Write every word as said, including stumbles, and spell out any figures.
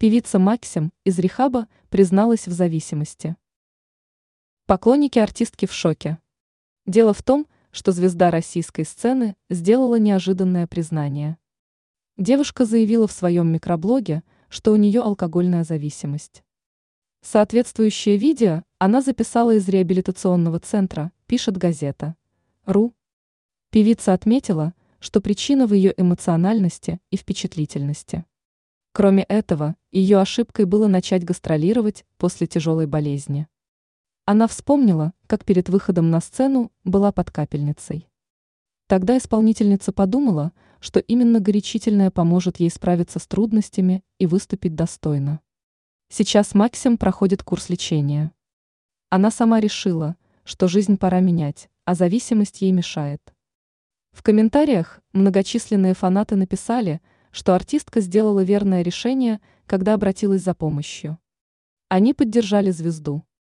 Певица Максим из рехаба призналась в зависимости. Поклонники артистки в шоке. Дело в том, что звезда российской сцены сделала неожиданное признание. Девушка заявила в своем микроблоге, что у нее алкогольная зависимость. Соответствующее видео она записала из реабилитационного центра, пишет газета «Ру». Певица отметила, что причина в ее эмоциональности и впечатлительности. Кроме этого, ее ошибкой было начать гастролировать после тяжелой болезни. Она вспомнила, как перед выходом на сцену была под капельницей. Тогда исполнительница подумала, что именно горячительное поможет ей справиться с трудностями и выступить достойно. Сейчас Максим проходит курс лечения. Она сама решила, что жизнь пора менять, а зависимость ей мешает. В комментариях многочисленные фанаты написали, что артистка сделала верное решение, когда обратилась за помощью. Они поддержали звезду.